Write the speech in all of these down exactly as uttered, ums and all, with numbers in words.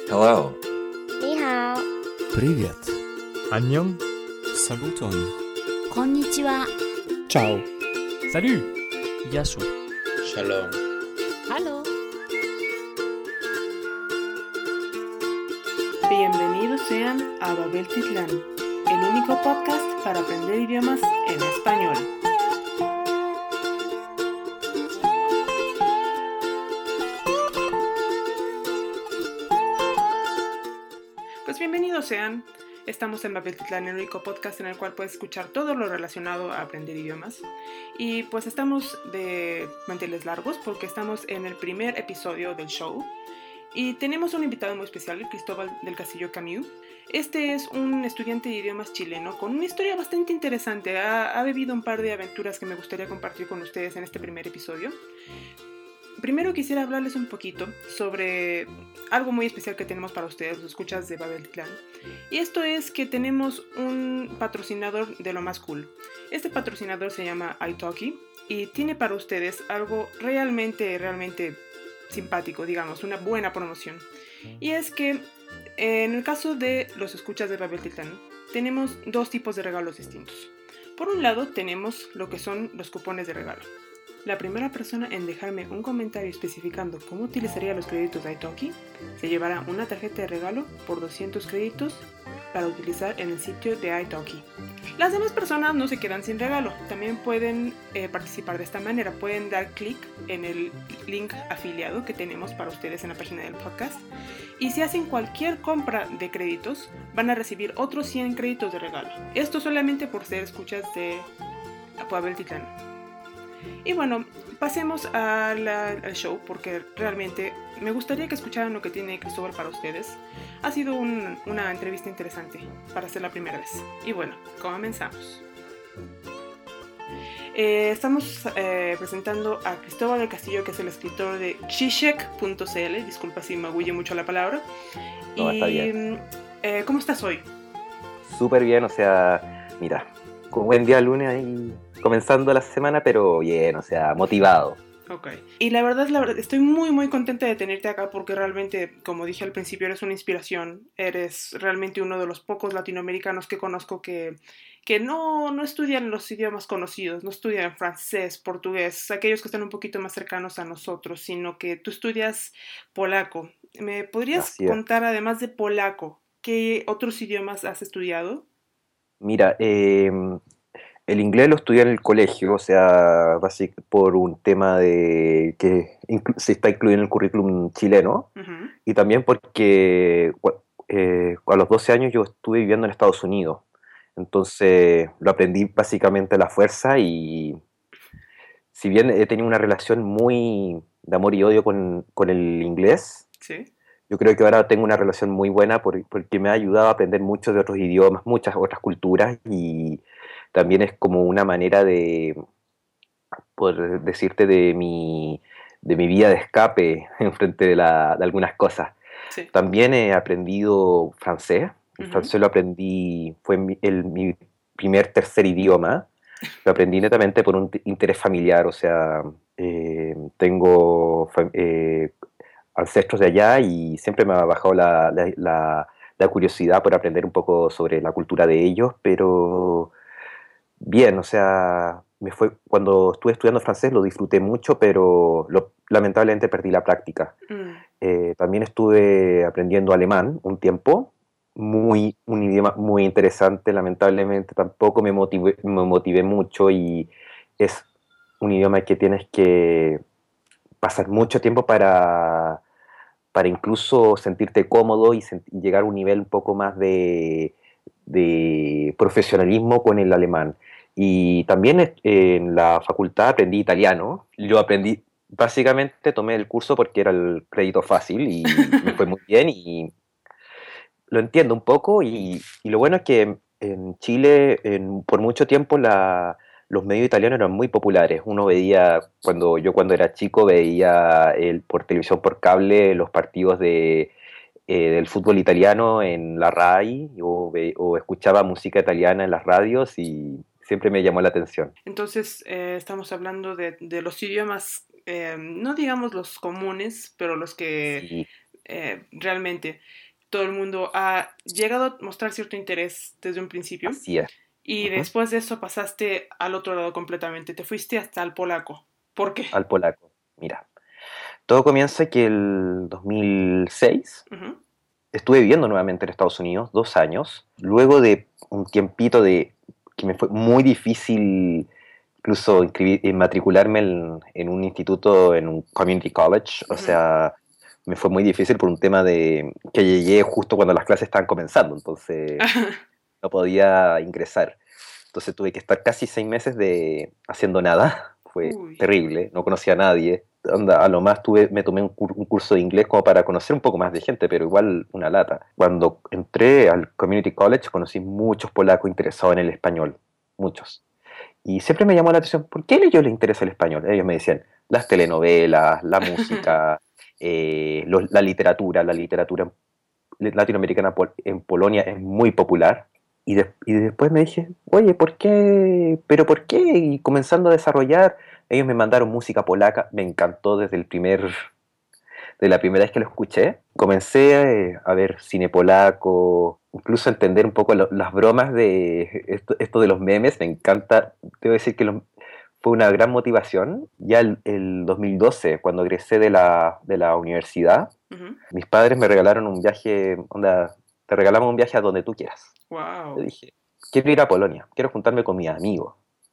Hello. Ni hao. Привет. 안녕. Saluton. Konnichiwa. Ciao. Salut. Yasu. Shalom. Hello. Bienvenidos sean a Babel Titlán, el único podcast para aprender idiomas en español. Pues bienvenidos sean. Estamos en Babel Titlán, el único podcast en el cual puedes escuchar todo lo relacionado a aprender idiomas. Y pues estamos de manteles largos porque estamos en el primer episodio del show. Y tenemos un invitado muy especial, Cristóbal del Castillo Camus. Este es un estudiante de idiomas chileno con una historia bastante interesante. Ha, ha vivido un par de aventuras que me gustaría compartir con ustedes en este primer episodio. Primero quisiera hablarles un poquito sobre algo muy especial que tenemos para ustedes, los escuchas de Babel Clan. Y esto es que tenemos un patrocinador de lo más cool. Este patrocinador se llama italki y tiene para ustedes algo realmente, realmente simpático, digamos, una buena promoción. Y es que en el caso de los escuchas de Babel Titán, tenemos dos tipos de regalos distintos. Por un lado tenemos lo que son los cupones de regalo. La primera persona en dejarme un comentario especificando cómo utilizaría los créditos de italki se llevará una tarjeta de regalo por doscientos créditos para utilizar en el sitio de italki. Las demás personas no se quedan sin regalo, también pueden eh, participar de esta manera, pueden dar clic en el link afiliado que tenemos para ustedes en la página del podcast y si hacen cualquier compra de créditos van a recibir otros cien créditos de regalo. Esto solamente por ser escuchas de Babel Titlán. Y bueno, pasemos a la, al show porque realmente me gustaría que escucharan lo que tiene Cristóbal para ustedes. Ha sido un, una entrevista interesante para ser la primera vez. Y bueno, comenzamos. Eh, estamos eh, presentando a Cristóbal del Castillo, que es el escritor de Zizek punto c l. Disculpa si me agulle mucho la palabra. No, y, está bien. Eh, ¿Cómo estás hoy? Súper bien, o sea, mira, con buen día lunes ahí comenzando la semana, pero bien, o sea, motivado. Ok. Y la verdad, la verdad, estoy muy muy contenta de tenerte acá porque realmente, como dije al principio, eres una inspiración. Eres realmente uno de los pocos latinoamericanos que conozco que, que no, no estudian los idiomas conocidos, no estudian francés, portugués, aquellos que están un poquito más cercanos a nosotros, sino que tú estudias polaco. ¿Me podrías Así es. contar, además de polaco, qué otros idiomas has estudiado? Mira, eh, el inglés lo estudié en el colegio, o sea, básicamente por un tema de que inclu- se está incluido en el currículum chileno Uh-huh. y también porque cua- eh, a los doce años yo estuve viviendo en Estados Unidos, entonces lo aprendí básicamente a la fuerza y si bien he tenido una relación muy de amor y odio con, con el inglés, Sí. yo creo que ahora tengo una relación muy buena por- porque me ha ayudado a aprender muchos de otros idiomas, muchas otras culturas y también es como una manera de, por decirte, de mi, de mi vía de escape en frente de, la, de algunas cosas. Sí. También he aprendido francés. El Uh-huh. francés lo aprendí, fue mi, el, mi primer tercer idioma. Lo aprendí netamente por un t- interés familiar, o sea, eh, tengo fa- eh, ancestros de allá y siempre me ha bajado la, la, la- la curiosidad por aprender un poco sobre la cultura de ellos, pero bien, o sea, me fue, cuando estuve estudiando francés lo disfruté mucho, pero lo- lamentablemente perdí la práctica. Mm. Eh, también estuve aprendiendo alemán un tiempo, muy, un idioma muy interesante, lamentablemente tampoco me motivé, me motivé mucho y es un idioma que tienes que pasar mucho tiempo para, para incluso sentirte cómodo y, sent- y llegar a un nivel un poco más de, de profesionalismo con el alemán. Y también eh, en la facultad aprendí italiano. Yo aprendí, básicamente tomé el curso porque era el crédito fácil y me fue muy bien y lo entiendo un poco. Y, y lo bueno es que en Chile en- por mucho tiempo la, los medios italianos eran muy populares. Uno veía, cuando yo cuando era chico veía el, por televisión por cable los partidos de eh, del fútbol italiano en la RAI o, ve- o escuchaba música italiana en las radios y siempre me llamó la atención. Entonces, eh, estamos hablando de, de los idiomas, eh, no digamos los comunes, pero los que Sí, eh, realmente todo el mundo ha llegado a mostrar cierto interés desde un principio. Así es. Y Ujú. después de eso pasaste al otro lado completamente, te fuiste hasta el polaco. ¿Por qué? Al polaco. Mira, todo comienza que el dos mil seis Uh-huh. estuve viviendo nuevamente en Estados Unidos, dos años, luego de un tiempito de que me fue muy difícil incluso inscribir, eh, matricularme en, en un instituto, en un community college, o Ujú. sea, me fue muy difícil por un tema de que llegué justo cuando las clases estaban comenzando, entonces no podía ingresar. Entonces tuve que estar casi seis meses de haciendo nada, fue Uy. terrible, no conocía a nadie. Anda, a lo más tuve, me tomé un, cur- un curso de inglés como para conocer un poco más de gente, pero igual una lata. Cuando entré al community college conocí muchos polacos interesados en el español, muchos. Y siempre me llamó la atención, ¿por qué a ellos les interesa el español? Ellos me decían, las telenovelas, la música, eh, los- la literatura, la literatura latinoamericana pol- en Polonia es muy popular. Y, de- y después me dije, oye, ¿por qué? ¿Pero por qué? Y comenzando a desarrollar, ellos me mandaron música polaca, me encantó desde el primer, de la primera vez que lo escuché. Comencé eh, a ver cine polaco, incluso a entender un poco lo- las bromas de esto, esto de los memes, me encanta. Debo decir que los- fue una gran motivación. Ya el, el dos mil doce, cuando egresé de la, de la universidad, Ujú. mis padres me regalaron un viaje, onda, te regalamos un viaje a donde tú quieras. Wow. Le dije, quiero ir a Polonia, quiero juntarme con mis amigos.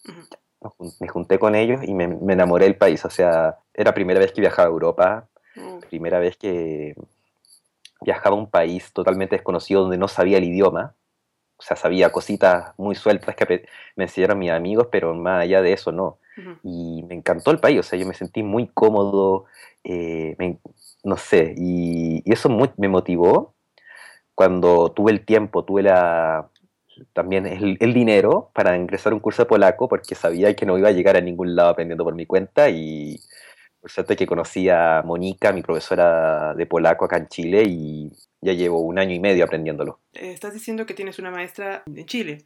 Ujú. Me junté con ellos y me, me enamoré del país. O sea, era la primera vez que viajaba a Europa, Oh. primera vez que viajaba a un país totalmente desconocido donde no sabía el idioma. O sea, sabía cositas muy sueltas que apre- me enseñaron mis amigos, pero más allá de eso no. Ujú. Y me encantó el país, o sea, yo me sentí muy cómodo, eh, me- no sé, y, y eso mu- me motivó cuando tuve el tiempo, tuve la, también el, el dinero para ingresar a un curso de polaco, porque sabía que no iba a llegar a ningún lado aprendiendo por mi cuenta, y por suerte que conocí a Mónica, mi profesora de polaco acá en Chile, y ya llevo un año y medio aprendiéndolo. Eh, Estás diciendo que tienes una maestra en Chile,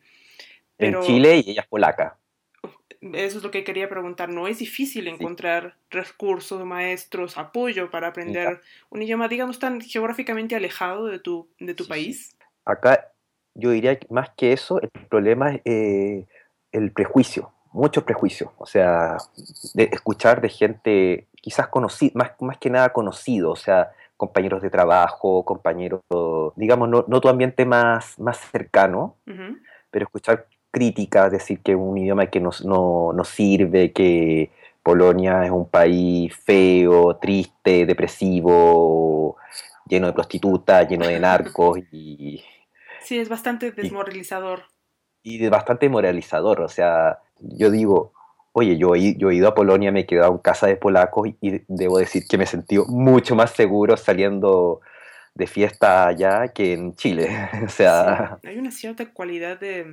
En pero Chile y ella es polaca. eso es lo que quería preguntar. ¿No es difícil Sí. encontrar recursos, maestros, apoyo para aprender Mira, un idioma, digamos, tan geográficamente alejado de tu, de tu sí, sí. país? Acá yo diría que más que eso, el problema es eh, el prejuicio, mucho prejuicio. O sea, de escuchar de gente quizás conocida, más, más que nada conocido, o sea, compañeros de trabajo, compañeros, digamos, no, no tu ambiente más, más cercano, Ujú. pero escuchar críticas, decir que es un idioma que nos, no, no sirve, que Polonia es un país feo, triste, depresivo, lleno de prostitutas, lleno de narcos y, Sí, es bastante y, desmoralizador. y de bastante moralizador. O sea, yo digo, oye, yo, he- yo he ido a Polonia, me he quedado en casa de polacos y, y debo decir que me he sentido mucho más seguro saliendo de fiesta allá que en Chile. O Sí, sea, hay una cierta cualidad de...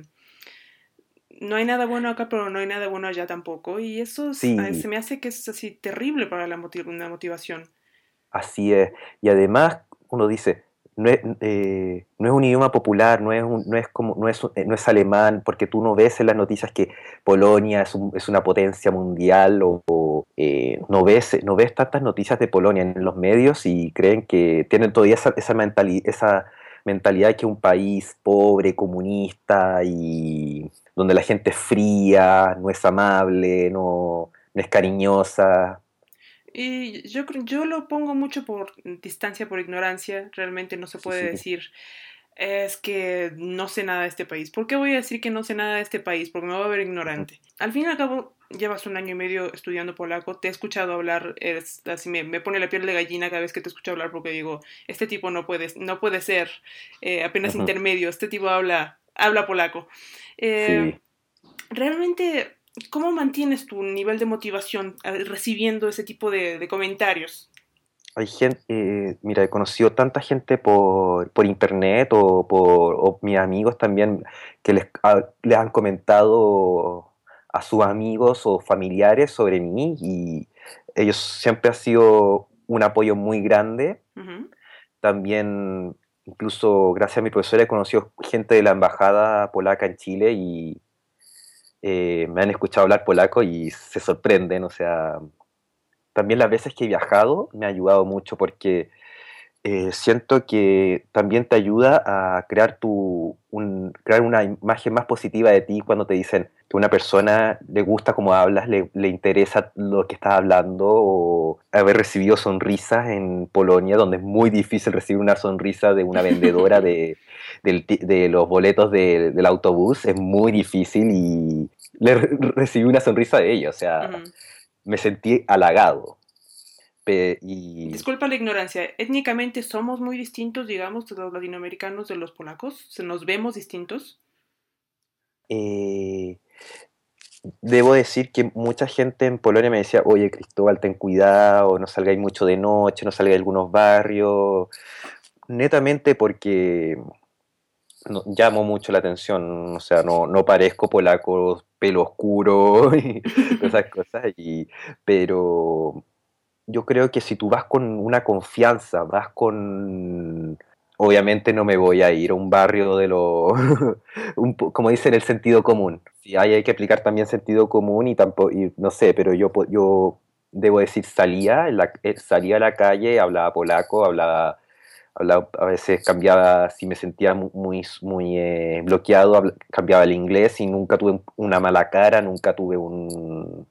No hay nada bueno acá, pero no hay nada bueno allá tampoco. Y eso es- eh, se sí. me hace que es así terrible para la motiv- una motivación. Así es. Y además uno dice, no es, eh, no es un idioma popular, no es, un- no es como, no es, un- eh, no es alemán, porque tú no ves en las noticias que Polonia es, un- es una potencia mundial o, o, eh, no ves, no ves tantas noticias de Polonia en los medios y creen que tienen todavía esa, esa, mentali- esa mentalidad que un país pobre, comunista y donde la gente es fría, no es amable, no, no es cariñosa. Y yo, creo- yo lo pongo mucho por distancia, por ignorancia. Realmente no se Sí, puede sí, decir, es que no sé nada de este país. ¿Por qué voy a decir que no sé nada de este país? Porque me voy a ver ignorante. Al fin y al cabo, llevas un año y medio estudiando polaco, te he escuchado hablar, es, así me, me pone la piel de gallina cada vez que te escucho hablar porque digo, este tipo no puede, no puede ser eh, apenas Ujú. intermedio, este tipo habla, habla polaco. Eh, Sí. Realmente, ¿cómo mantienes tu nivel de motivación eh, recibiendo ese tipo de, de comentarios? Hay gente, eh, mira, he conocido tanta gente por, por internet o por o mis amigos también que les, ha- les han comentado a sus amigos o familiares sobre mí y ellos siempre han sido un apoyo muy grande. Ujú. También, incluso gracias a mi profesora, he conocido gente de la embajada polaca en Chile y eh, me han escuchado hablar polaco y se sorprenden, o sea, también las veces que he viajado me ha ayudado mucho porque eh, siento que también te ayuda a crear, tu, un, crear una imagen más positiva de ti cuando te dicen que una persona le gusta cómo hablas, le, le interesa lo que estás hablando, o haber recibido sonrisas en Polonia, donde es muy difícil recibir una sonrisa de una vendedora de, del ti- de los boletos de- del autobús, es muy difícil y le re- recibí una sonrisa de ella, o sea, Ujú. me sentí halagado. Pe- y Disculpa la ignorancia, étnicamente somos muy distintos, digamos, de los latinoamericanos de los polacos, se nos vemos distintos. eh, debo decir que mucha gente en Polonia me decía, oye Cristóbal, ten cuidado, no salgáis mucho de noche, no salgáis a algunos barrios, netamente porque no, llamo mucho la atención, o sea, no, no parezco polaco, pelo oscuro y todas esas cosas, y, pero yo creo que si tú vas con una confianza, vas con... Obviamente no me voy a ir a un barrio de lo... un po- como dicen, el sentido común. Sí, ahí hay que aplicar también sentido común y tampoco... Y no sé, pero yo, po- yo debo decir, salía, en la- eh, salía a la calle, hablaba polaco, hablaba, hablaba a veces cambiaba, si me sentía mu- muy, muy eh, bloqueado, habl- cambiaba el inglés y nunca tuve una mala cara, nunca tuve un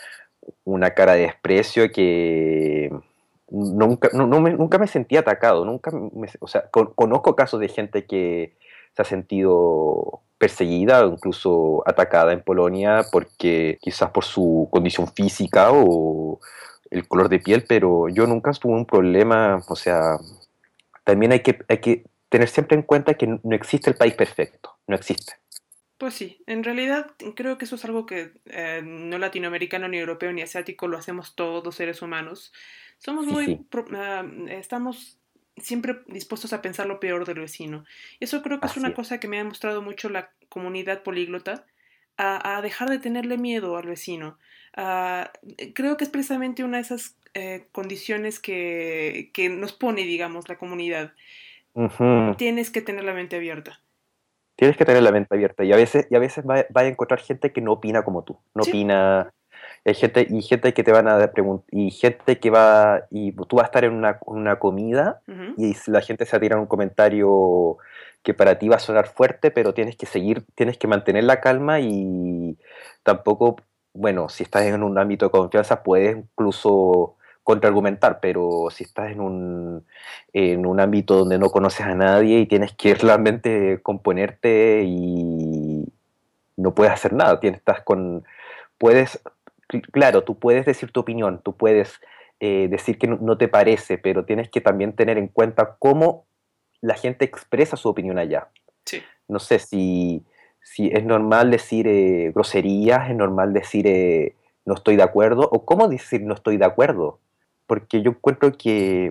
una cara de desprecio que nunca, no, no me, nunca me sentí atacado, nunca me- o sea, con- conozco casos de gente que se ha sentido perseguida o incluso atacada en Polonia porque quizás por su condición física o el color de piel, pero yo nunca tuve un problema, o sea, también hay que, hay que tener siempre en cuenta que no existe el país perfecto, no existe. Pues sí, en realidad creo que eso es algo que eh, no latinoamericano, ni europeo, ni asiático lo hacemos todos los seres humanos. Somos Sí, muy, sí, pro- ah, estamos siempre dispuestos a pensar lo peor del vecino. Eso creo que es así una es. cosa que me ha mostrado mucho la comunidad políglota, a, a dejar de tenerle miedo al vecino. Ah, creo que es precisamente una de esas eh, condiciones que, que nos pone, digamos, la comunidad. Ujú. Tienes que tener la mente abierta. Tienes que tener la mente abierta y a veces, y a veces va, va a encontrar gente que no opina como tú, no Sí. opina, hay gente, y gente que te van a preguntar, y gente que va, y tú vas a estar en una, una comida Ujú. y la gente se va a tirar un comentario que para ti va a sonar fuerte, pero tienes que seguir, tienes que mantener la calma y tampoco, bueno, si estás en un ámbito de confianza puedes incluso contraargumentar, pero si estás en un, en un ámbito donde no conoces a nadie y tienes que realmente componerte y no puedes hacer nada, tienes, estás con, puedes, claro, tú puedes decir tu opinión, tú puedes eh, decir que no, no te parece, pero tienes que también tener en cuenta cómo la gente expresa su opinión allá. Sí. No sé si, si es normal decir eh, groserías, es normal decir eh, no estoy de acuerdo, o cómo decir no estoy de acuerdo, porque yo encuentro que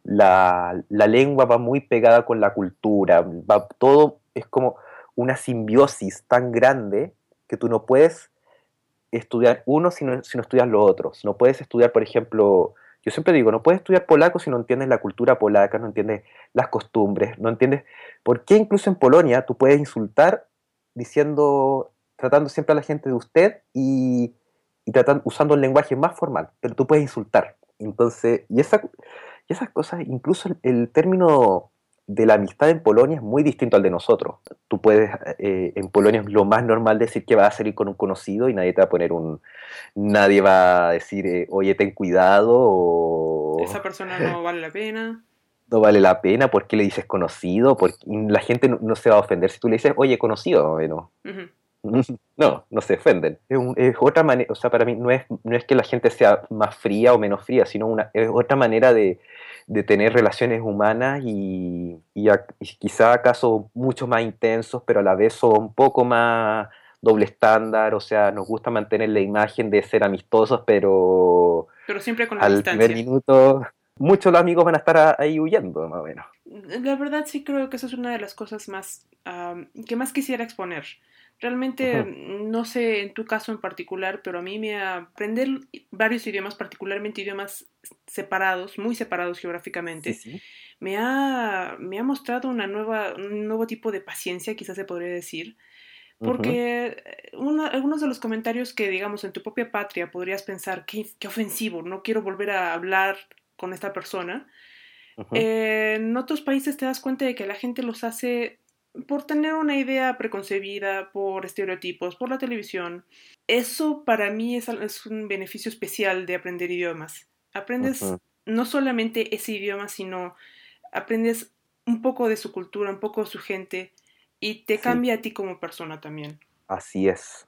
la, la lengua va muy pegada con la cultura, va, todo es como una simbiosis tan grande que tú no puedes estudiar uno si no, si no estudias los otros. No puedes estudiar, por ejemplo, yo siempre digo, no puedes estudiar polaco si no entiendes la cultura polaca, no entiendes las costumbres, no entiendes por qué incluso en Polonia tú puedes insultar diciendo, tratando siempre a la gente de usted y, y tratan- usando el lenguaje más formal, pero tú puedes insultar. Entonces, y, esa, y esas cosas, incluso el, el término de la amistad en Polonia es muy distinto al de nosotros. Tú puedes, eh, en Polonia es lo más normal decir que vas a salir con un conocido y nadie te va a poner un, nadie va a decir, eh, oye, ten cuidado o Esa persona no vale la pena. no vale la pena, ¿por qué le dices conocido? Porque la gente no, no se va a ofender si tú le dices, oye, conocido, bueno, Ujú. no, no se ofenden. Es, un- es otra manera, o sea, para mí no es, no es que la gente sea más fría o menos fría, sino una, es otra manera de, de tener relaciones humanas y, y, a- y quizá acaso mucho más intensos, pero a la vez son un poco más doble estándar, o sea, nos gusta mantener la imagen de ser amistosos, pero Pero siempre con la al primer distancia. minuto muchos de los amigos van a estar a- ahí huyendo, más o menos. La verdad sí creo que esa es una de las cosas más am, que más quisiera exponer. Realmente Ujú. no sé en tu caso en particular, pero a mí me aprender varios idiomas, particularmente idiomas separados, muy separados Sí, geográficamente, sí. me ha, me ha mostrado una nueva, un nuevo tipo de paciencia, quizás se podría decir, Ujú. porque una- algunos de los comentarios que, digamos, en tu propia patria podrías pensar, qué, qué ofensivo, no quiero volver a hablar con esta persona. Ujú. Eh, en otros países te das cuenta de que la gente los hace por tener una idea preconcebida, por estereotipos, por la televisión. Eso para mí es, al- es un beneficio especial de aprender idiomas. Aprendes Ujú. no solamente ese idioma, sino aprendes un poco de su cultura, un poco de su gente y te Sí, cambia a ti como persona también. así es.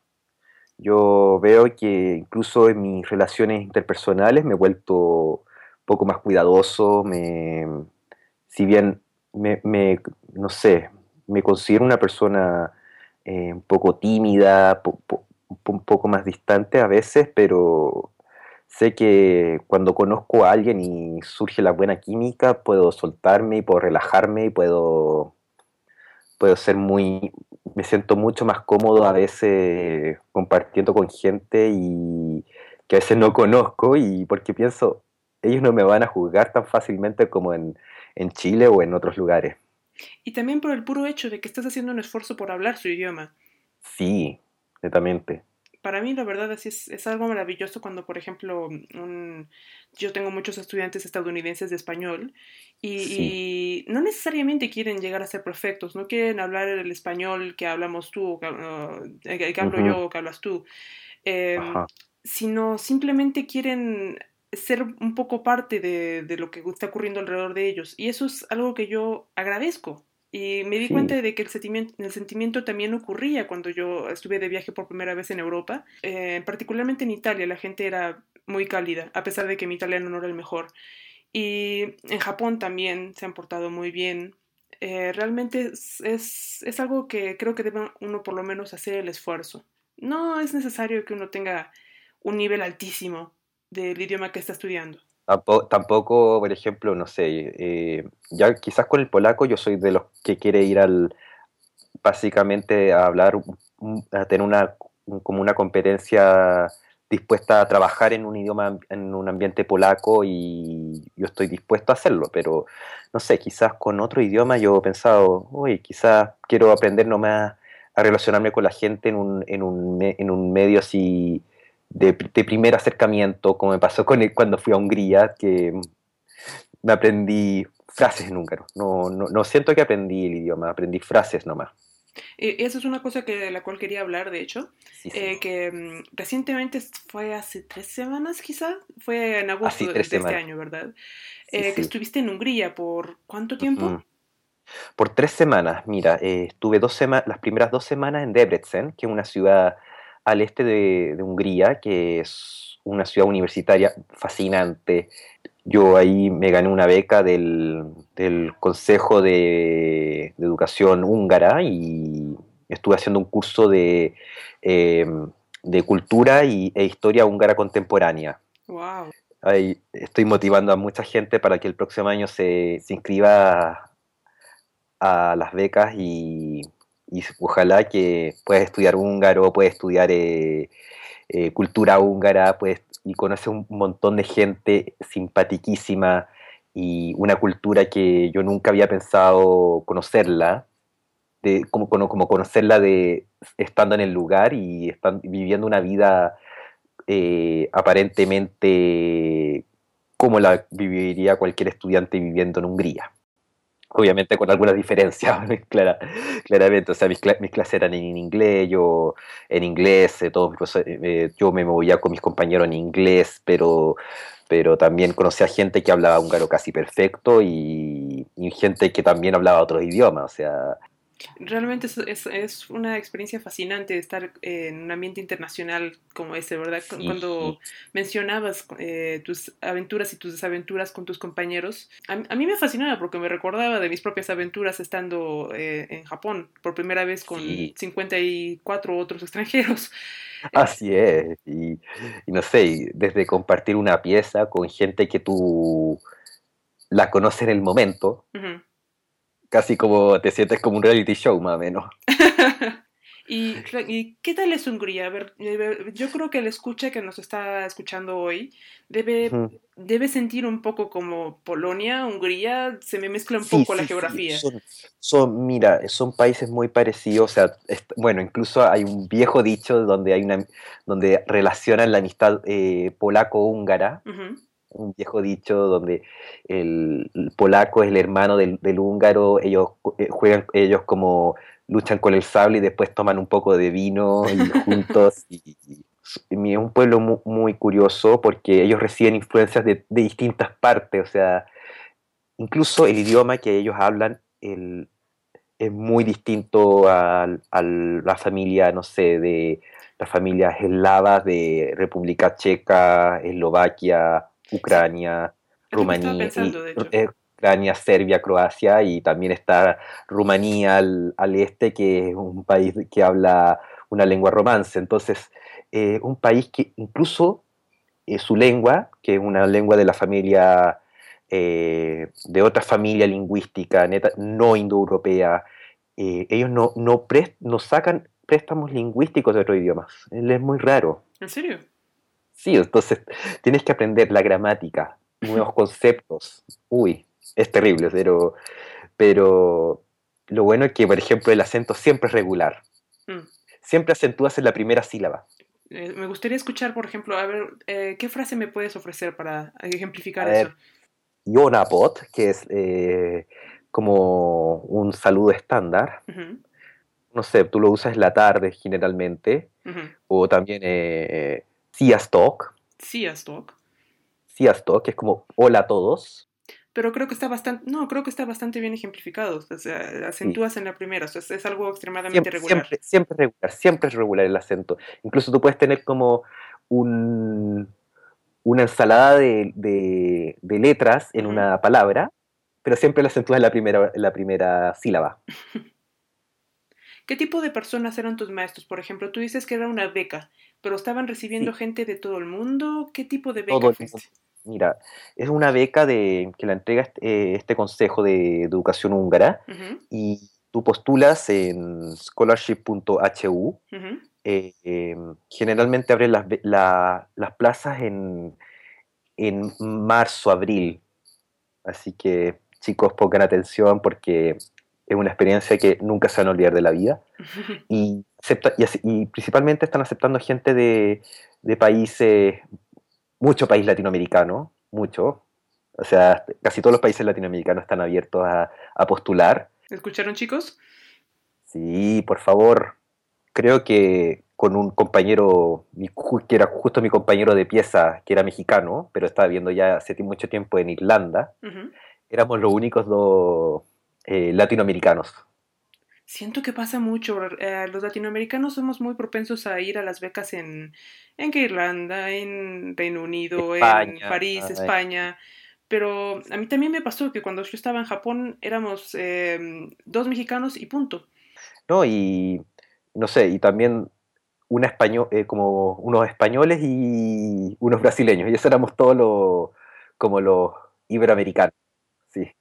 Yo veo que incluso en mis relaciones interpersonales me he vuelto un poco más cuidadoso, me, si bien me, me- no sé, me considero una persona eh, un poco tímida, po- po- un poco más distante a veces, pero sé que cuando conozco a alguien y surge la buena química, puedo soltarme y puedo relajarme y puedo puedo ser muy, me siento mucho más cómodo a veces compartiendo con gente y que a veces no conozco y porque pienso, ellos no me van a juzgar tan fácilmente como en, en Chile o en otros lugares. Y también por el puro hecho de que estás haciendo un esfuerzo por hablar su idioma. Sí, netamente. Para mí, la verdad, es, es, es algo maravilloso cuando, por ejemplo, un, yo tengo muchos estudiantes estadounidenses de español Sí. y, y no necesariamente quieren llegar a ser perfectos, no quieren hablar el español que hablamos tú, o que, uh, que- que hablo Ujú. yo o que hablas tú, eh, Ajá. sino simplemente quieren ser un poco parte de, de lo que está ocurriendo alrededor de ellos. Y eso es algo que yo agradezco. Y me di Sí. cuenta de que el sentimiento, el sentimiento también ocurría cuando yo estuve de viaje por primera vez en Europa. Eh, particularmente en Italia, la gente era muy cálida, a pesar de que mi italiano no era el mejor. Y en Japón también se han portado muy bien. Eh, realmente es, es, es algo que creo que debe uno por lo menos hacer el esfuerzo. No es necesario que uno tenga un nivel altísimo del idioma que está estudiando. Tampoco, tampoco, por ejemplo, no sé, eh, ya quizás con el polaco yo soy de los que quiere ir al, básicamente a hablar, un- a tener una, un- como una competencia dispuesta a trabajar en un idioma, en un ambiente polaco y yo estoy dispuesto a hacerlo, pero no sé, quizás con otro idioma yo he pensado, uy, quizás quiero aprender nomás a relacionarme con la gente en un, en un, me- en un medio así de, de primer acercamiento, como me pasó con el- cuando fui a Hungría, que me aprendí frases en húngaro. No, no, no siento que aprendí el idioma, aprendí frases nomás. Eh, eso es una cosa que, de la cual quería hablar, de hecho, Sí, sí. eh, que mm, recientemente fue hace tres semanas quizá, fue en agosto Así, de, tres de este semanas. año, ¿verdad? Sí, Eh, que sí. estuviste en Hungría por ¿cuánto tiempo? Ujú. Por tres semanas, mira, eh, estuve dos sema- las primeras dos semanas en Debrecen, que es una ciudad al este de, de Hungría, que es una ciudad universitaria fascinante. Yo ahí me gané una beca del, del Consejo de, de Educación húngara y estuve haciendo un curso de, eh, de cultura y, e historia húngara contemporánea. Wow. Ahí estoy motivando a mucha gente para que el próximo año se, se inscriba a las becas y, y ojalá que puedas estudiar húngaro, puedas estudiar eh, eh, cultura húngara, puedes, y conoces un montón de gente simpaticísima y una cultura que yo nunca había pensado conocerla, de, como, como, como conocerla de estando en el lugar y están, viviendo una vida eh, aparentemente como la viviría cualquier estudiante viviendo en Hungría. Obviamente con algunas diferencias, clara, claramente. O sea, mis, cla mis, clases eran en inglés, yo en inglés, eh, todos mis profesores, eh, yo me movía con mis compañeros en inglés, pero, pero también conocí a gente que hablaba húngaro casi perfecto y, y gente que también hablaba otros idiomas. O sea, Realmente es, es, es una experiencia fascinante estar en un ambiente internacional como ese, ¿verdad? Cu- sí, Cuando mencionabas eh, tus aventuras y tus desaventuras con tus compañeros, a, a mí me fascinaba porque me recordaba de mis propias aventuras estando eh, en Japón por primera vez con sí, cincuenta y cuatro otros extranjeros. Eh, así es. Y, y no sé, y desde compartir una pieza con gente que tú la conoces en el momento, ujú. casi como te sientes como un reality show más o menos. ¿Y, cla- y qué tal es Hungría? A ver, eh, yo creo que el escucha que nos está escuchando hoy debe, Ujú. debe sentir un poco como Polonia, Hungría, se me mezcla un Sí, poco la sí, sí, geografía. son, son, mira, son países muy parecidos, o sea, est- bueno, incluso hay un viejo dicho donde hay una, donde relacionan la amistad eh, polaco-húngara, Ujú. un viejo dicho donde el, el polaco es el hermano del, del húngaro, ellos eh, juegan, ellos como luchan con el sable y después toman un poco de vino y juntos. Y, y- y es un pueblo muy, muy curioso porque ellos reciben influencias de, de distintas partes, o sea, incluso el idioma que ellos hablan el, es muy distinto a, a la familia, no sé, de las familias eslavas de República Checa, Eslovaquia, Sí, Ucrania, es lo que estaba Rumanía, pensando, y, de hecho. eh, Ucrania, Serbia, Croacia, y también está Rumanía al, al este, que es un país que habla una lengua romance. Entonces, eh, un país que incluso eh, su lengua, que es una lengua de la familia, eh, de otra familia lingüística, neta, no indoeuropea, eh, ellos no, no, pres- no sacan préstamos lingüísticos de otros idiomas. Es muy raro. ¿En serio? Sí, entonces tienes que aprender la gramática, nuevos conceptos. Uy, es terrible, pero, pero lo bueno es que, por ejemplo, el acento siempre es regular. Mm. Siempre acentúas en la primera sílaba. Eh, me gustaría escuchar, por ejemplo, a ver, eh, ¿qué frase me puedes ofrecer para A ejemplificar eso? ver, Yonapot, que es eh, como un saludo estándar. Ujú, No sé, tú lo usas en la tarde generalmente, ujú. o también eh, Sziasztok, Sí, Astok. Sziasztok, que es como hola a todos. Pero creo que está bastante, no, creo que está bastante bien ejemplificado. O sea, Sí, acentúas en la primera, o sea, es, es algo extremadamente siempre, regular. siempre, siempre es regular, siempre es regular el acento. Incluso tú puedes tener como un, una ensalada de, de- de letras en Ujú. una palabra, pero siempre la acentúas en la primera, en la primera sílaba. ¿Qué tipo de personas eran tus maestros? Por ejemplo, tú dices que era una beca, pero estaban recibiendo Sí, gente de todo el mundo. ¿Qué tipo de todo beca el fuiste? mundo. Mira, es una beca de, que la entrega este, eh, este Consejo de Educación Húngara Ujú, y tú postulas en scholarship punto h u. ujú. Eh, eh, generalmente abren las, be- la- las plazas en, en marzo, abril, así que chicos pongan atención porque es una experiencia que nunca se van a olvidar de la vida y, acepta, y, así- y principalmente están aceptando gente de, de países, mucho país latinoamericano, mucho. O sea, casi todos los países latinoamericanos están abiertos a, a postular. ¿Escucharon, chicos? Sí, por favor. Creo que con un compañero, mi ju- que era justo mi compañero de pieza, que era mexicano, pero estaba viviendo ya hace ti- mucho tiempo en Irlanda, Ujú. éramos los únicos dos eh, latinoamericanos. Siento que pasa mucho. Eh, los latinoamericanos somos muy propensos a ir a las becas en, en que Irlanda, en Reino Unido, en España, París, España. Pero a mí también me pasó que cuando yo estaba en Japón éramos em, dos mexicanos y punto. ¿no? Y no sé, y también una español, eh, como unos españoles y unos brasileños, y eso éramos todos los, como los iberoamericanos, sí.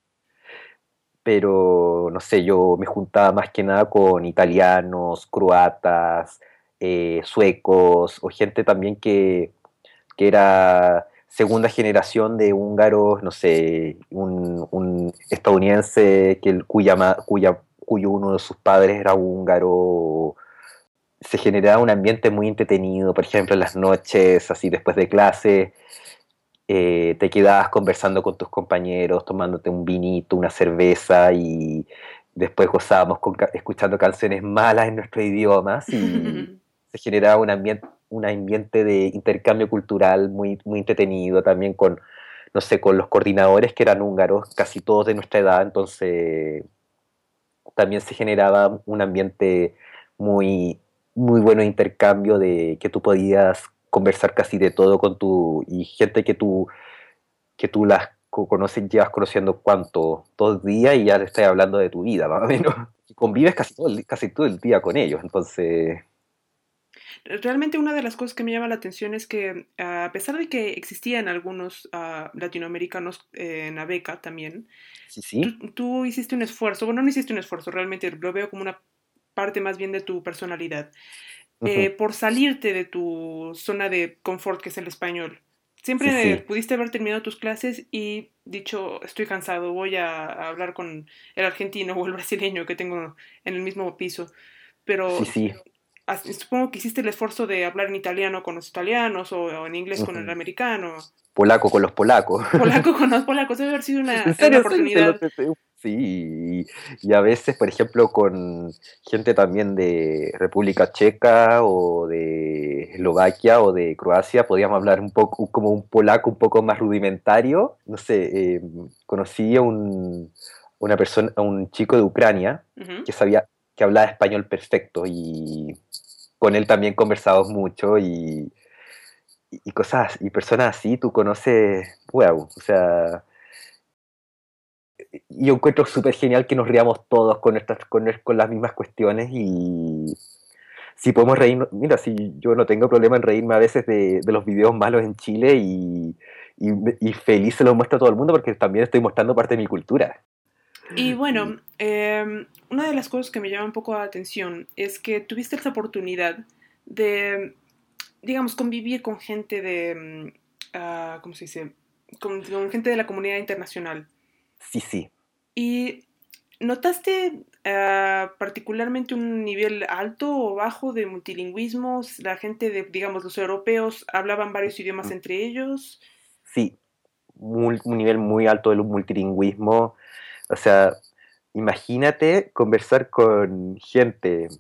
Pero no sé, yo me juntaba más que nada con italianos, croatas, eh, suecos, o gente también que, que era segunda generación de húngaros, no sé, un, un estadounidense que, el- cuya, ma- cuya, cuyo uno de sus padres era húngaro. Se generaba un ambiente muy entretenido, por ejemplo, en las noches, así después de clase, eh, te quedabas conversando con tus compañeros, tomándote un vinito, una cerveza y después gozábamos con ca- escuchando canciones malas en nuestro idioma y se generaba un ambiente, un ambiente de intercambio cultural muy, muy entretenido también con, no sé, con los coordinadores que eran húngaros, casi todos de nuestra edad, entonces también se generaba un ambiente muy, muy bueno de intercambio de que tú podías conversar casi de todo con tu y gente que tú que tú las co- conoces, llevas conociendo cuánto, todo el día y ya le estás hablando de tu vida, más o menos. Y convives casi todo el, casi todo el día con ellos, entonces, Realmente una de las cosas que me llama la atención es que a pesar de que existían algunos ah, latinoamericanos eh, en la beca también, sí, sí. tú, tú hiciste un esfuerzo, bueno, no hiciste un esfuerzo, realmente lo veo como una parte más bien de tu personalidad, eh, Ujú, por salirte de tu zona de confort que es el español. sí, Siempre sí, pudiste haber terminado tus clases y dicho, estoy cansado, voy a, a hablar con el argentino o el brasileño que tengo en el mismo piso, sí, pero sí. supongo que hiciste el esfuerzo de hablar en italiano con los italianos o, o en inglés con el Ujú. americano. polaco con los polacos. Polaco con los polacos, debe haber sido una, ¿En serio? una oportunidad. Sí, y a veces, por ejemplo, con gente también de República Checa o de Eslovaquia o de Croacia, podíamos hablar un poco como un polaco un poco más rudimentario. No sé, eh, conocí a un, una persona, a un chico de Ucrania Uh-huh. que sabía, que hablaba español perfecto y con él también conversamos mucho y, y, y cosas, y personas así, tú conoces, wow, o sea... Yo encuentro súper genial que nos riamos todos con, estas, con, con las mismas cuestiones y si podemos reírnos, mira, si yo no tengo problema en reírme a veces de, de los videos malos en Chile y, y, y feliz se los muestro a todo el mundo porque también estoy mostrando parte de mi cultura. Y bueno, eh, una de las cosas que me llama un poco la atención es que tuviste esa oportunidad de, digamos, convivir con gente de, uh, ¿cómo se dice? Con, con gente de la comunidad internacional. Sí, sí. ¿Y notaste uh, particularmente un nivel alto o bajo de multilingüismo? La gente de, digamos, los europeos hablaban varios idiomas entre ellos. Sí, muy, un nivel muy alto del multilingüismo. O sea, imagínate conversar con gente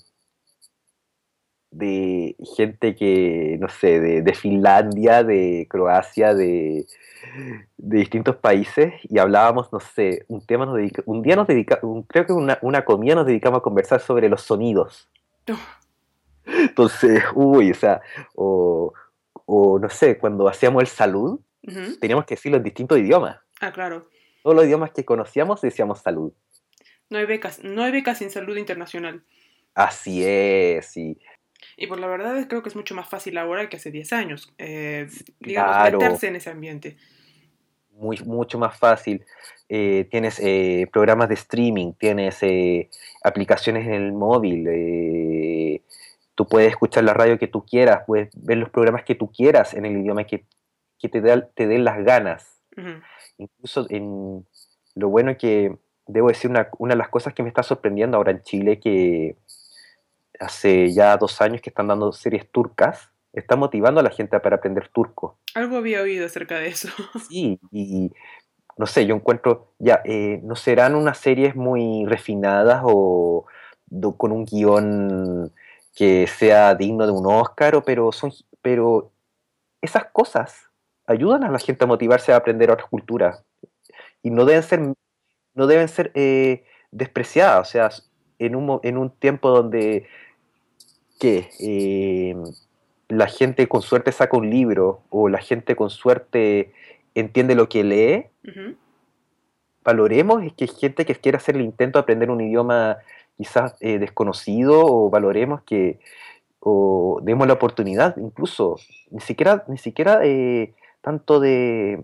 de gente que, no sé, de, de Finlandia, de Croacia, de, de distintos países y hablábamos, no sé, un tema nos dedica, un día nos dedicamos, creo que una, una comida nos dedicamos a conversar sobre los sonidos. Oh. Entonces, uy, o sea, o, o no sé, cuando hacíamos el salud, Uh-huh. teníamos que decirlo en distintos idiomas. Ah, claro. Todos los idiomas que conocíamos decíamos salud. No hay becas, no hay becas sin salud internacional. Así es, sí. Y por la verdad creo que es mucho más fácil ahora que hace diez años, eh, digamos, Claro. meterse en ese ambiente. Muy, mucho más fácil. Eh, tienes eh, programas de streaming, tienes eh, aplicaciones en el móvil, eh, tú puedes escuchar la radio que tú quieras, puedes ver los programas que tú quieras en el idioma que, que te, da, te den las ganas. Uh-huh. Incluso en lo bueno que, debo decir, una, una de las cosas que me está sorprendiendo ahora en Chile, que hace ya dos años que están dando series turcas, está motivando a la gente para aprender turco. Algo había oído acerca de eso. Sí, y no sé, yo encuentro, ya, eh, no serán unas series muy refinadas o do, con un guión que sea digno de un Oscar, o, pero, son, pero esas cosas ayudan a la gente a motivarse a aprender otras culturas y no deben ser, no deben ser eh, despreciadas, o sea, en un, en un tiempo donde que eh, la gente con suerte saca un libro o la gente con suerte entiende lo que lee, Uh-huh. valoremos es que hay gente que quiere hacer el intento de aprender un idioma quizás eh, desconocido, o valoremos que o demos la oportunidad, incluso ni siquiera ni siquiera eh, tanto de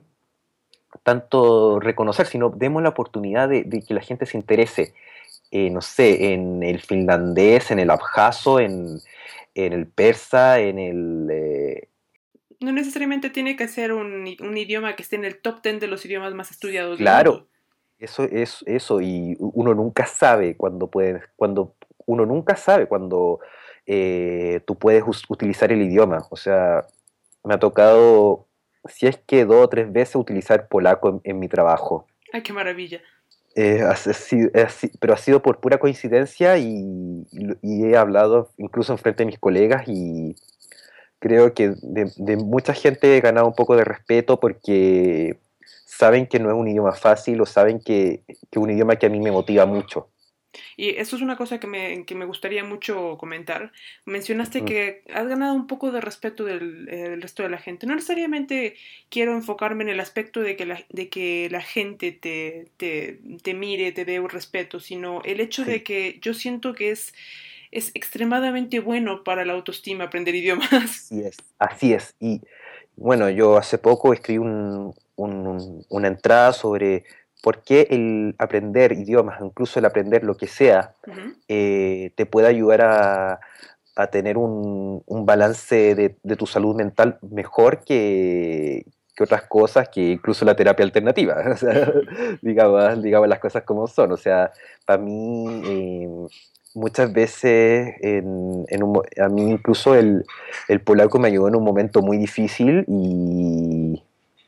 tanto reconocer, sino demos la oportunidad de, de que la gente se interese, eh, no sé, en el finlandés, en el abjaso, en, en el persa, en el... Eh... No necesariamente tiene que ser un, un idioma que esté en el top ten de los idiomas más estudiados Claro, del mundo. eso es eso, y uno nunca sabe cuando puedes, cuando uno nunca sabe cuando eh, tú puedes utilizar el idioma. O sea, me ha tocado, si es que dos o tres veces, utilizar polaco en, en mi trabajo. ¡Ay, qué maravilla! Eh, ha, sido, ha, pero ha sido por pura coincidencia y, y he hablado incluso en frente de mis colegas y creo que de, de mucha gente he ganado un poco de respeto porque saben que no es un idioma fácil o saben que es que un idioma que a mí me motiva mucho. Y eso es una cosa que me, que me gustaría mucho comentar. Mencionaste mm. que has ganado un poco de respeto del, eh, del resto de la gente. No necesariamente quiero enfocarme en el aspecto de que la, de que la gente te, te, te mire, te dé un respeto, sino el hecho sí. de que yo siento que es, es extremadamente bueno para la autoestima aprender idiomas. Así es, así es. Y bueno, yo hace poco escribí un, un, una entrada sobre... ¿Por qué el aprender idiomas, incluso el aprender lo que sea, uh-huh. eh, te puede ayudar a, a tener un, un balance de, de tu salud mental mejor que, que otras cosas, que incluso la terapia alternativa? O sea, digamos, digamos las cosas como son. O sea, para mí, eh, muchas veces, en, en un, a mí incluso el, el polaco me ayudó en un momento muy difícil y...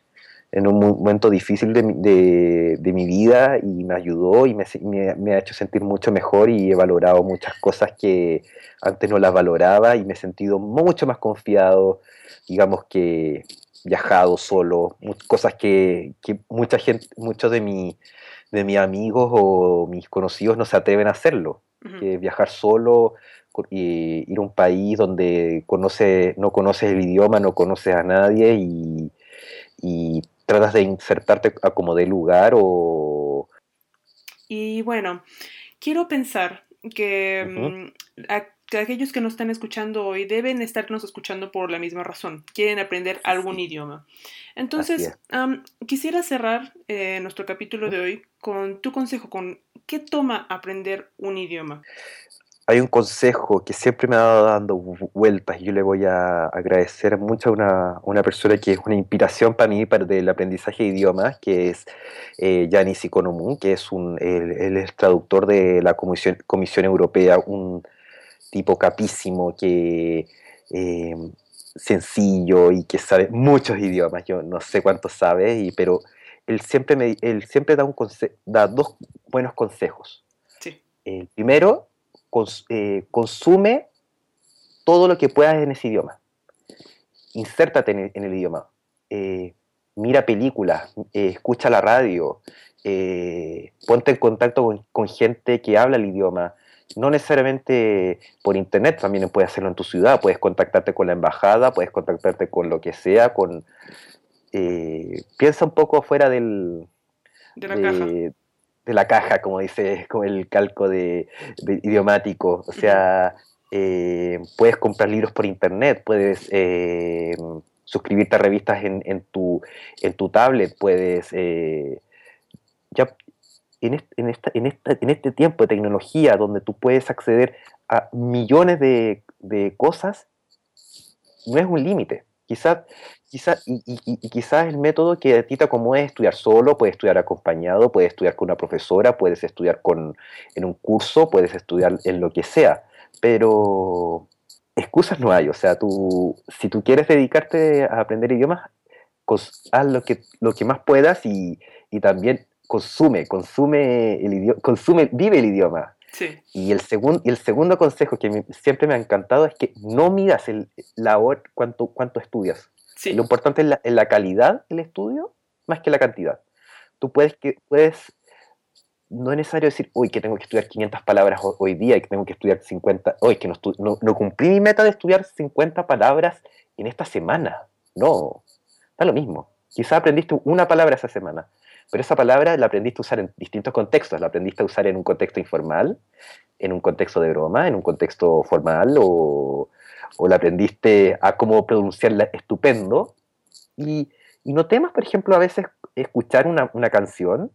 en un momento difícil de, de, de mi vida y me ayudó y me, me, me ha hecho sentir mucho mejor y he valorado muchas cosas que antes no las valoraba y me he sentido mucho más confiado, digamos que viajado solo, cosas que, que mucha gente, muchos de, mi, de mis amigos o mis conocidos no se atreven a hacerlo, uh-huh. que viajar solo y ir a un país donde conoce, no conoces el idioma, no conoces a nadie y, y tratas de insertarte a como de lugar o... Y bueno, quiero pensar que, uh-huh. a, que aquellos que nos están escuchando hoy deben estarnos escuchando por la misma razón, quieren aprender algún sí. idioma. Entonces, um, quisiera cerrar eh, nuestro capítulo de hoy con tu consejo, con ¿qué toma aprender un idioma? Hay un consejo que siempre me ha dado dando vueltas y yo le voy a agradecer mucho a una, una persona que es una inspiración para mí para el aprendizaje de idiomas, que es eh, Yanis Economou, que es un, él, él es traductor de la Comisión, Comisión Europea, un tipo capísimo, que eh, sencillo y que sabe muchos idiomas. Yo no sé cuántos sabe, y, pero él siempre, me, él siempre da, un conse- da dos buenos consejos. Sí. El primero... Cons, eh, consume todo lo que puedas en ese idioma. Insértate en el, en el idioma. Eh, mira películas, eh, escucha la radio, eh, ponte en contacto con, con gente que habla el idioma. No necesariamente por internet, también puedes hacerlo en tu ciudad. Puedes contactarte con la embajada, puedes contactarte con lo que sea. Con, eh, piensa un poco fuera del... De la de, caja. de la caja, como dice, como el calco de, de idiomático. O sea, eh, puedes comprar libros por internet, puedes eh, suscribirte a revistas en, en, tu, en tu tablet, puedes... Eh, ya en, este, en, esta, en, esta, en este tiempo de tecnología donde tú puedes acceder a millones de, de cosas, no es un límite. Quizás, quizás, y, y, y quizás el método que a ti te acomode es estudiar solo, puedes estudiar acompañado, puedes estudiar con una profesora, puedes estudiar con, en un curso, puedes estudiar en lo que sea, pero excusas no hay. O sea, tú, si tú quieres dedicarte a aprender idiomas, haz lo que, lo que más puedas y, y también consume, consume el idioma, consume, vive el idioma. Sí. Y, el segun, y el segundo consejo que me, siempre me ha encantado es que no midas el, la hora, cuánto, cuánto estudias. Sí. Lo importante es la, es la calidad del estudio más que la cantidad. Tú puedes, que, puedes, no es necesario decir, uy, que tengo que estudiar quinientas palabras hoy, hoy día y que tengo que estudiar cincuenta, hoy que no, estu, no, no cumplí mi meta de estudiar cincuenta palabras en esta semana. No, da lo mismo. Quizás aprendiste una palabra esa semana, pero esa palabra la aprendiste a usar en distintos contextos. La aprendiste a usar en un contexto informal, en un contexto de broma, en un contexto formal, o, o la aprendiste a cómo pronunciarla estupendo. Y, y no temas, por ejemplo, a veces escuchar una, una canción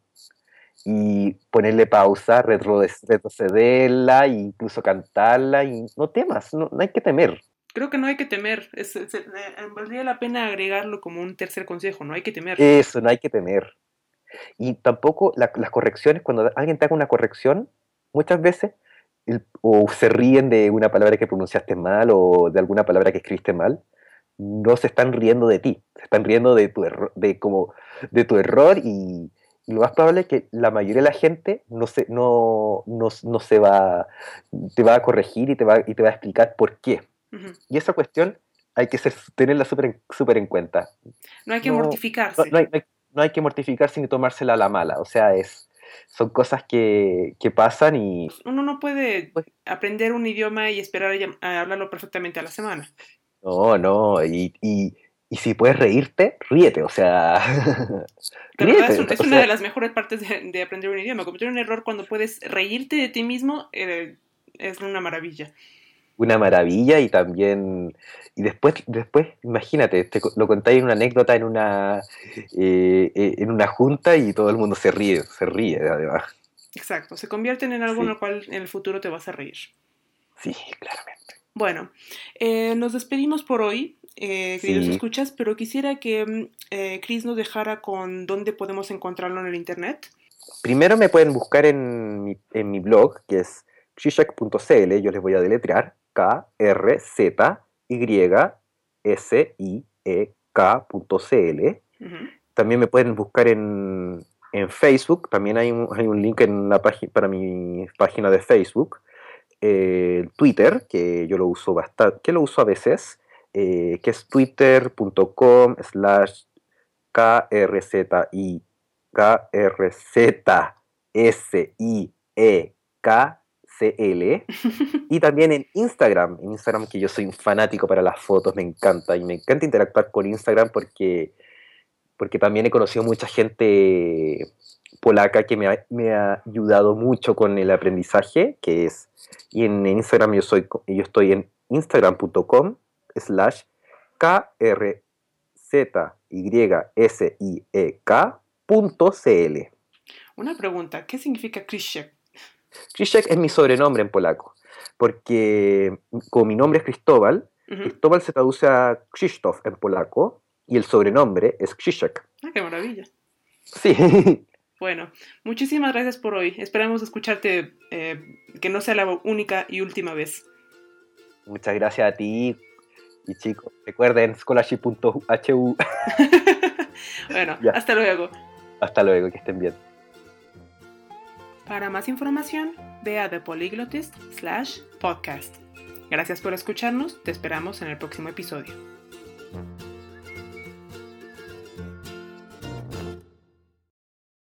y ponerle pausa, retrocederla, e incluso cantarla, y no temas, no, no hay que temer. Creo que no hay que temer, es, es, es, valdría la pena agregarlo como un tercer consejo, no hay que temer. Eso, no hay que temer. Y tampoco la, las correcciones, cuando alguien te haga una corrección, muchas veces, el, o se ríen de una palabra que pronunciaste mal o de alguna palabra que escribiste mal, no se están riendo de ti, se están riendo de tu, erro, de como, de tu error y, y lo más probable es que la mayoría de la gente no se, no, no, no se va, te va a corregir y te va, y te va a explicar por qué. Uh-huh. Y esa cuestión hay que ser, tenerla súper super en cuenta. No hay que no, mortificarse. No, no, hay, no, hay, no hay que mortificarse ni tomársela a la mala, o sea, es, son cosas que, que pasan y... Uno no puede pues, aprender un idioma y esperar a, a hablarlo perfectamente a la semana. No, no, y, y, y si puedes reírte, ríete, o sea... La verdad es, un, es una sea, de las mejores partes de, de aprender un idioma. Cometer un error cuando puedes reírte de ti mismo eh, es una maravilla. Una maravilla y también... Y después, después imagínate, te, lo contáis en una anécdota en una, eh, eh, en una junta y todo el mundo se ríe, se ríe además. Exacto, se convierten en algo sí. en lo cual en el futuro te vas a reír. Sí, claramente. Bueno, eh, nos despedimos por hoy, eh, queridos sí. escuchas, pero quisiera que eh, Chris nos dejara con dónde podemos encontrarlo en el internet. Primero me pueden buscar en mi, en mi blog, que es zizek punto c l, yo les voy a deletrear, K R Z Y S I E K punto C L. Uh-huh. también me pueden buscar en, en Facebook. También hay un, hay un link en la página para mi página de Facebook. Eh, Twitter, que yo lo uso bastante, que lo uso a veces, eh, que es twitter.com slash krzi K R Z S I E K C L. Y también en Instagram, en Instagram, que yo soy un fanático para las fotos, me encanta, y me encanta interactuar con Instagram porque, porque también he conocido mucha gente polaca que me ha, me ha ayudado mucho con el aprendizaje, que es, y en Instagram yo, soy, yo estoy en instagram.com slash krzysiek punto cl. Una pregunta, ¿qué significa Krzysiek? Krzysiek es mi sobrenombre en polaco, porque como mi nombre es Cristóbal, uh-huh. Cristóbal se traduce a Krzysztof en polaco, y el sobrenombre es Krzysiek. Ah, qué maravilla. Sí. Bueno, muchísimas gracias por hoy. Esperamos escucharte, eh, que no sea la única y última vez. Muchas gracias a ti. Y chicos, recuerden scholarship punto h u. Bueno, ya. Hasta luego. Hasta luego, que estén bien. Para más información, ve a The Polyglotist slash podcast. Gracias por escucharnos, te esperamos en el próximo episodio.